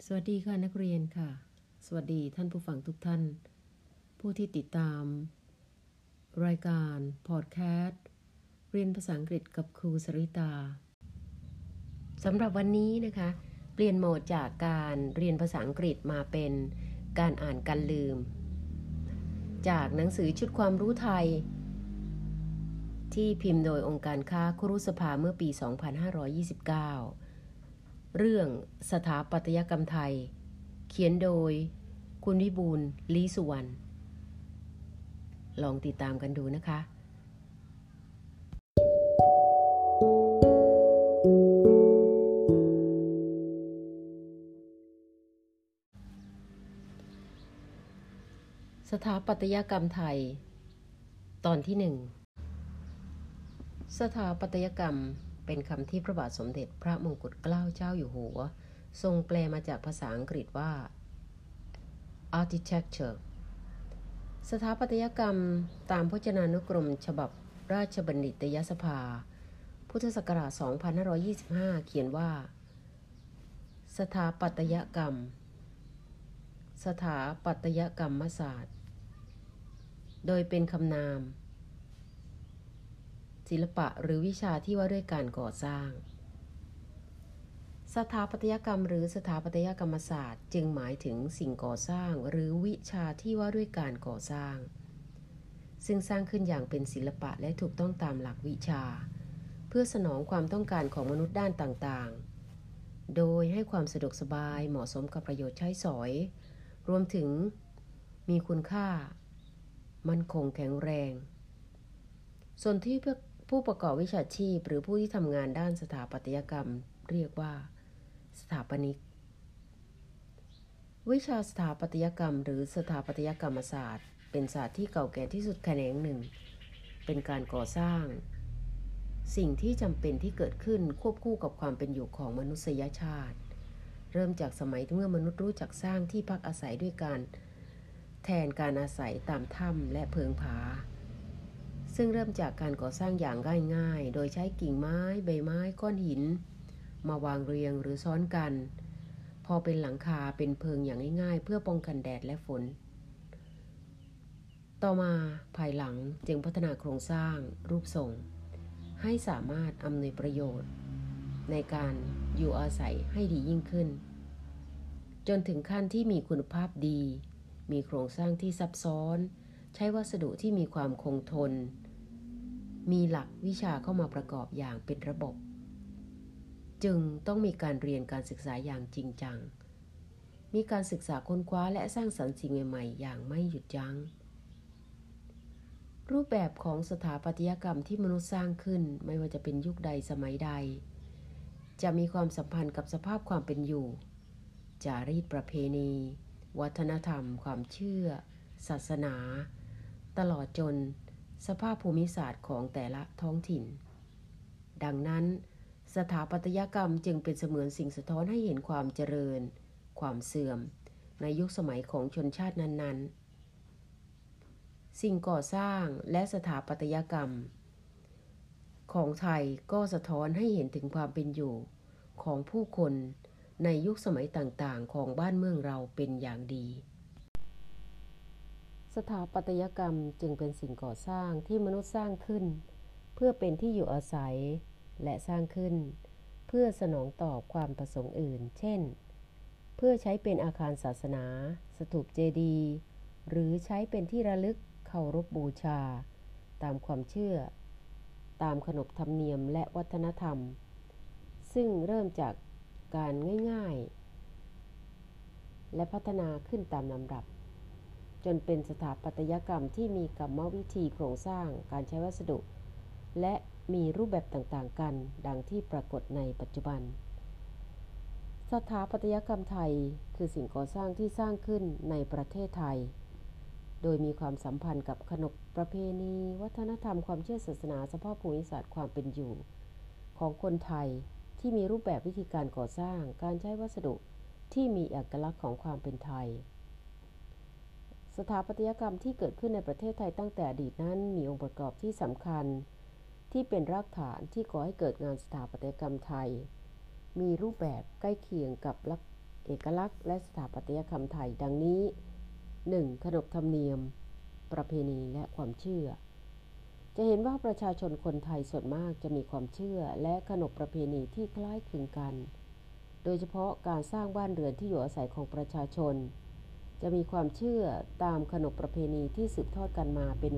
สวัสดีค่ะนักเรียนค่ะสวัสดีท่านผู้ฟังทุกท่านผู้ที่ติดตามรายการพอดแคสต์เรียนภาษาอังกฤษกับครูสริตาสำหรับวันนี้นะคะเปลี่ยนโหมดจากการเรียนภาษาอังกฤษมาเป็นการอ่านการลืมจากหนังสือชุดความรู้ไทยที่พิมพ์โดยองค์การค้าครุสภาเมื่อปี 2529 เรื่องสถาปัตยกรรมไทยเขียนโดยคุณวิบูลย์ ลีสุวรรณลองติดตามกันดูนะคะสถาปัตยกรรมไทยตอนที่ 1 สถาปัตยกรรมเป็นคำที่พระบาทสมเด็จพระมงกุฎเกล้าเจ้าอยู่หัวทรงแปลมาจากภาษาอังกฤษว่า architecture สถาปัตยกรรมตามพจนานุกรมฉบับราชบัณฑิตยสภาพุทธศักราช 2525 เขียนว่าสถาปัตยกรรมสถาปัตยกรรมศาสตร์โดยเป็นคำนามศิลปะหรือวิชาที่ว่าด้วยการก่อสร้างสถาปัตยกรรมหรือสถาปัตยกรรมศาสตร์จึงหมายถึงสิ่งก่อสร้างหรือวิชาที่ว่าด้วยการก่อสร้างซึ่งสร้างขึ้นอย่างเป็นศิลปะและถูกต้องตามหลักวิชาเพื่อสนองความต้องการของมนุษย์ด้านต่างๆโดยให้ความสะดวกสบายเหมาะสมกับประโยชน์ใช้สอยรวมถึงมีคุณค่ามั่นคงแข็งแรงส่วนที่ผู้ประกอบวิชาชีพหรือผู้ที่ทำงานด้านสถาปัตยกรรมเรียกว่าสถาปนิกวิชาสถาปัตยกรรมหรือสถาปัตยกรรมศาสตร์เป็นศาสตร์ที่เก่าแก่ที่สุดแขนงหนึ่งเป็นการก่อสร้างสิ่งที่จำเป็นที่เกิดขึ้นควบคู่กับความเป็นอยู่ของมนุษยชาติเริ่มจากสมัยเมื่อมนุษย์รู้จักสร้างที่พักอาศัยด้วยการแทนการอาศัยตามถ้ำและเพิงผาซึ่งเริ่มจากการก่อสร้างอย่างง่ายๆโดยใช้กิ่งไม้ใบไม้ก้อนหินมาวางเรียงหรือซ้อนกันพอเป็นหลังคาเป็นเพิงอย่างง่ายๆเพื่อป้องกันแดดและฝนต่อมาภายหลังจึงพัฒนาโครงสร้างรูปทรงให้สามารถอำนวยประโยชน์ในการอยู่อาศัยให้ดียิ่งขึ้นจนถึงขั้นที่มีคุณภาพดีมีโครงสร้างที่ซับซ้อนใช้วัสดุที่มีความคงทนมีหลักวิชาเข้ามาประกอบอย่างเป็นระบบจึงต้องมีการเรียนการศึกษาอย่างจริงจังมีการศึกษาค้นคว้าและสร้างสรรค์สิ่งใหม่ๆอย่างไม่หยุดยั้งรูปแบบของสถาปัตยกรรมที่มนุษย์สร้างขึ้นไม่ว่าจะเป็นยุคใดสมัยใดจะมีความสัมพันธ์กับสภาพความเป็นอยู่จารีตประเพณีวัฒนธรรมความเชื่อศาสนาตลอดจนสภาพภูมิศาสตร์ของแต่ละท้องถิ่นดังนั้นสถาปัตยกรรมจึงเป็นเสมือนสิ่งสะท้อนให้เห็นความเจริญความเสื่อมในยุคสมัยของชนชาตินั้นๆสิ่งก่อสร้างและสถาปัตยกรรมของไทยก็สะท้อนให้เห็นถึงความเป็นอยู่ของผู้คนในยุคสมัยต่างๆของบ้านเมืองเราเป็นอย่างดีสถาปัตยกรรมจึงเป็นสิ่งก่อสร้างที่มนุษย์สร้างขึ้นเพื่อเป็นที่อยู่อาศัยและสร้างขึ้นเพื่อสนองตอบความประสงค์อื่นเช่นเพื่อใช้เป็นอาคารศาสนาสถูปเจดีย์หรือใช้เป็นที่ระลึกเคารพบูชาตามความเชื่อตามขนบธรรมเนียมและวัฒนธรรมซึ่งเริ่มจากการง่ายๆและพัฒนาขึ้นตามลำดับจนเป็นสถาปัตยกรรมที่มีกรรมวิธีโครงสร้างการใช้วัสดุและมีรูปแบบต่างๆกันดังที่ปรากฏในปัจจุบันสถาปัตยกรรมไทยคือสิ่งก่อสร้างที่สร้างขึ้นในประเทศไทยโดยมีความสัมพันธ์กับขนบประเพณีวัฒนธรรมความเชื่อศาสนาสภาพภูมิศาสตร์ความเป็นอยู่ของคนไทยที่มีรูปแบบวิธีการก่อสร้างการใช้วัสดุที่มีเอกลักษณ์ของความเป็นไทยสถาปัตยกรรมที่เกิดขึ้นในประเทศไทยตั้งแต่อดีตนั้นมีองค์ประกอบที่สำคัญที่เป็นรากฐานที่ก่อให้เกิดงานสถาปัตยกรรมไทยมีรูปแบบใกล้เคียงกับเอกลักษณ์และสถาปัตยกรรมไทยดังนี้ 1. ขนบธรรมเนียมประเพณีและความเชื่อจะเห็นว่าประชาชนคนไทยส่วนมากจะมีความเชื่อและขนบประเพณีที่คล้ายคลึงกันโดยเฉพาะการสร้างบ้านเรือนที่อยู่อาศัยของประชาชนจะมีความเชื่อตามขนบประเพณีที่สืบทอดกันมาเป็น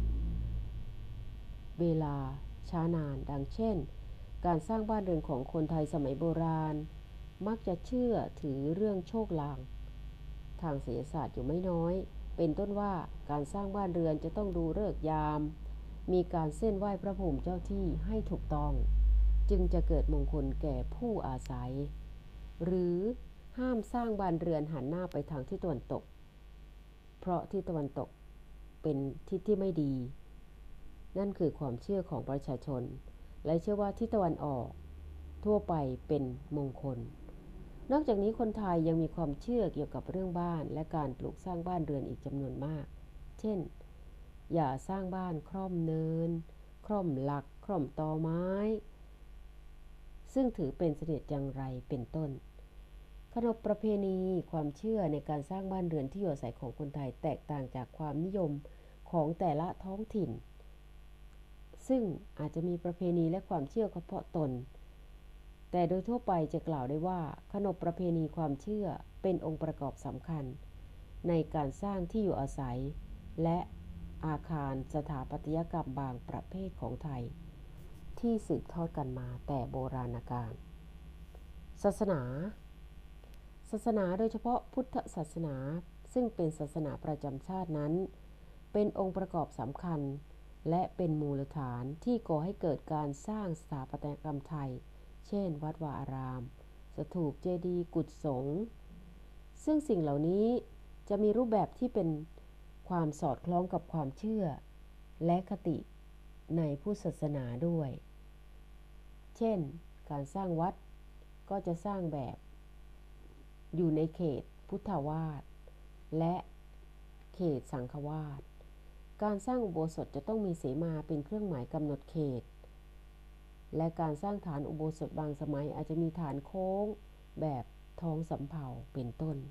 เวลาช้านานดังเช่นการสร้างบ้านเรือนของคนไทยสมัยโบราณมักจะเชื่อถือเรื่องโชคลางทางไสยศาสตร์อยู่ไม่น้อยเป็นต้นว่าการสร้างบ้านเรือนจะต้องดูฤกษ์ยามมีการเส้นไหว้พระภูมิเจ้าที่ให้ถูกต้องจึงจะเกิดมงคลแก่ผู้อาศัยหรือห้ามสร้างบ้านเรือนหันหน้าไปทางทิศตะวันตกเพราะทิศตะวันตกเป็นทิศที่ไม่ดีนั่นคือความเชื่อของประชาชนและเชื่อว่าทิศตะวันออกทั่วไปเป็นมงคลนอกจากนี้คนไทยยังมีความเชื่อเกี่ยวกับเรื่องบ้านและการปลูกสร้างบ้านเรือนอีกจำนวนมากเช่นอย่าสร้างบ้านคร่อมเนินคร่อมหลักคร่อมตอไม้ซึ่งถือเป็นเสนียดจังไรเป็นต้นขนบประเพณีความเชื่อในการสร้างบ้านเรือนที่อยู่อาศัยของคนไทยแตกต่างจากความนิยมของแต่ละท้องถิ่นซึ่งอาจจะมีประเพณีและความเชื่อเฉพาะตนแต่โดยทั่วไปจะกล่าวได้ว่าขนบประเพณีความเชื่อเป็นองค์ประกอบสำคัญในการสร้างที่อยู่อาศัยและอาคารสถาปัตยกรรมบางประเภทของไทยที่สืบทอดกันมาแต่โบราณกาลศาสนาโดยเฉพาะพุทธศาสนาซึ่งเป็นศาสนาประจำชาตินั้นเป็นองค์ประกอบสำคัญและเป็นมูลฐานที่ก่อให้เกิดการสร้างสถาปัตยกรรมไทยเช่นวัดวาอารามสถูปเจดีย์กุฏิสงฆ์ซึ่งสิ่งเหล่านี้จะมีรูปแบบที่เป็นความสอดคล้องกับความเชื่อและคติในพุทธศาสนาด้วยเช่นการสร้างวัดก็จะสร้างแบบอยู่ในเขตพุทธวาสและเขตสังฆวาสการสร้างอุโบสถจะต้องมีเสมาเป็นเครื่องหมายกำหนดเขตและการสร้างฐานอุโบสถบางสมัยอาจจะมีฐานโค้งแบบท้องสำเภาเป็นต้น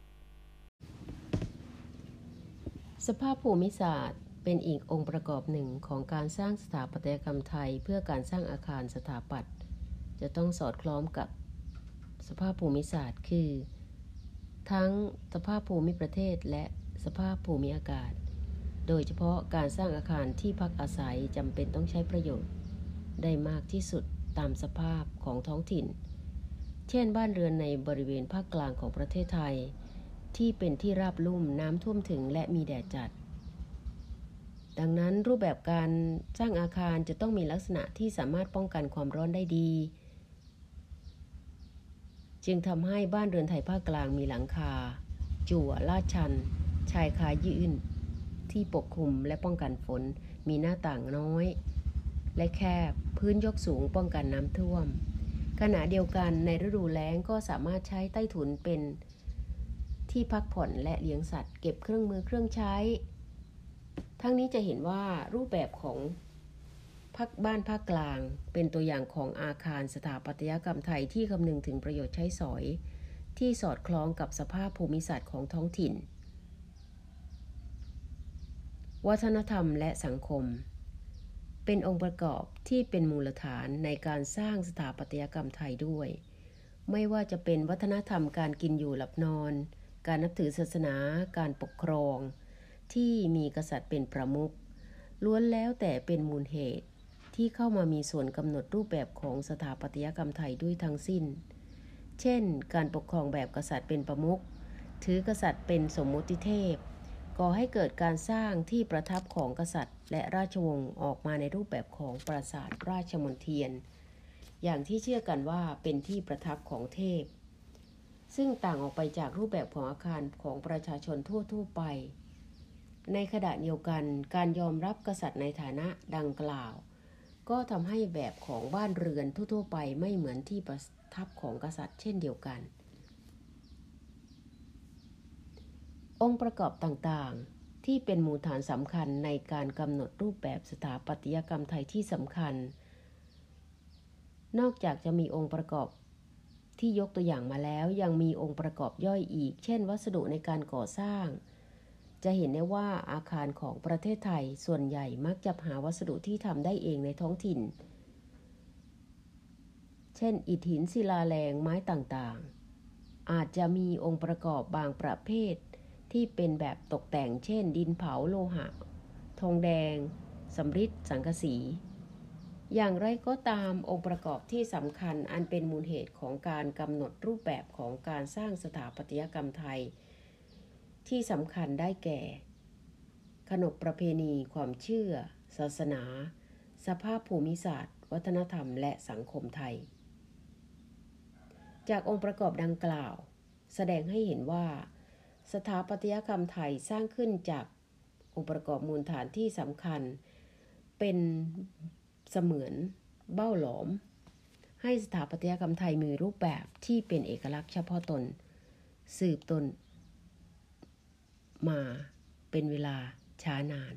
สภาพภูมิศาสตร์เป็นอีกองค์ประกอบหนึ่งของการสร้างสถาปัตยกรรมไทยเพื่อการสร้างอาคารสถาปัตย์จะต้องสอดคล้องกับสภาพภูมิศาสตร์คือทั้งสภาพภูมิประเทศและสภาพภูมิอากาศโดยเฉพาะการสร้างอาคารที่พักอาศัยจำเป็นต้องใช้ประโยชน์ได้มากที่สุดตามสภาพของท้องถิ่นเช่นบ้านเรือนในบริเวณภาคกลางของประเทศไทยที่เป็นที่ราบลุ่มน้ำท่วมถึงและมีแดดจัดดังนั้นรูปแบบการสร้างอาคารจะต้องมีลักษณะที่สามารถป้องกันความร้อนได้ดีจึงทำให้บ้านเรือนไทยภาคกลางมีหลังคาจั่วลาดชันชายคายื่นที่ปกคลุมและป้องกันฝนมีหน้าต่างน้อยและแคบพื้นยกสูงป้องกันน้ำท่วมขณะเดียวกันในฤดูแล้งก็สามารถใช้ใต้ถุนเป็นที่พักผ่อนและเลี้ยงสัตว์เก็บเครื่องมือเครื่องใช้ทั้งนี้จะเห็นว่ารูปแบบของบ้านภาคกลางเป็นตัวอย่างของอาคารสถาปัตยกรรมไทยที่คำนึงถึงประโยชน์ใช้สอยที่สอดคล้องกับสภาพภูมิศาสตร์ของท้องถิ่นวัฒนธรรมและสังคมเป็นองค์ประกอบที่เป็นมูลฐานในการสร้างสถาปัตยกรรมไทยด้วยไม่ว่าจะเป็นวัฒนธรรมการกินอยู่หลับนอนการนับถือศาสนาการปกครองที่มีกษัตริย์เป็นประมุขล้วนแล้วแต่เป็นมูลเหตุที่เข้ามามีส่วนกำหนดรูปแบบของสถาปัตยกรรมไทยด้วยทั้งสิ้นเช่นการปกครองแบบกษัตริย์เป็นประมุขถือกษัตริย์เป็นสมมุติเทพก่อให้เกิดการสร้างที่ประทับของกษัตริย์และราชวงศ์ออกมาในรูปแบบของปราสาทราชมณฑียนอย่างที่เชื่อกันว่าเป็นที่ประทับของเทพซึ่งต่างออกไปจากรูปแบบของอาคารของประชาชนทั่วไปในขณะเดียวกันการยอมรับกษัตริย์ในฐานะดังกล่าวก็ทำให้แบบของบ้านเรือนทั่วไปไม่เหมือนที่ประทับของกษัตริย์เช่นเดียวกันองค์ประกอบต่างๆที่เป็นมูลฐานสำคัญในการกำหนดรูปแบบสถาปัตยกรรมไทยที่สำคัญนอกจากจะมีองค์ประกอบที่ยกตัวอย่างมาแล้วยังมีองค์ประกอบย่อยอีกเช่นวัสดุในการก่อสร้างจะเห็นได้ว่าอาคารของประเทศไทยส่วนใหญ่มักจะหาวัสดุที่ทำได้เองในท้องถิ่นเช่นอิฐหินศิลาแรงไม้ต่างๆอาจจะมีองค์ประกอบบางประเภทที่เป็นแบบตกแต่งเช่นดินเผาโลหะทองแดงสำริดสังกะสีอย่างไรก็ตามองค์ประกอบที่สำคัญอันเป็นมูลเหตุของการกำหนดรูปแบบของการสร้างสถาปัตยกรรมไทยที่สำคัญได้แก่ขนบประเพณีความเชื่อศาสนาสภาพภูมิศาสตร์วัฒนธรรมและสังคมไทยจากองค์ประกอบดังกล่าวแสดงให้เห็นว่าสถาปัตยกรรมไทยสร้างขึ้นจากองค์ประกอบมูลฐานที่สำคัญเป็นเสมือนเบ้าหลอมให้สถาปัตยกรรมไทยมีรูปแบบที่เป็นเอกลักษณ์เฉพาะตนสืบตนมาเป็นเวลาช้านาน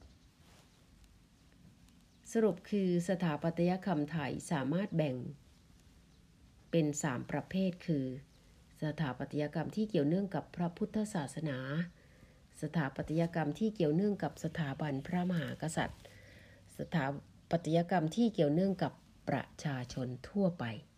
สรุปคือสถาปัตยกรรมไทยสามารถแบ่งเป็น3ประเภทคือสถาปัตยกรรมที่เกี่ยวเนื่องกับพระพุทธศาสนาสถาปัตยกรรมที่เกี่ยวเนื่องกับสถาบันพระมหากษัตริย์สถาปัตยกรรมที่เกี่ยวเนื่องกับประชาชนทั่วไป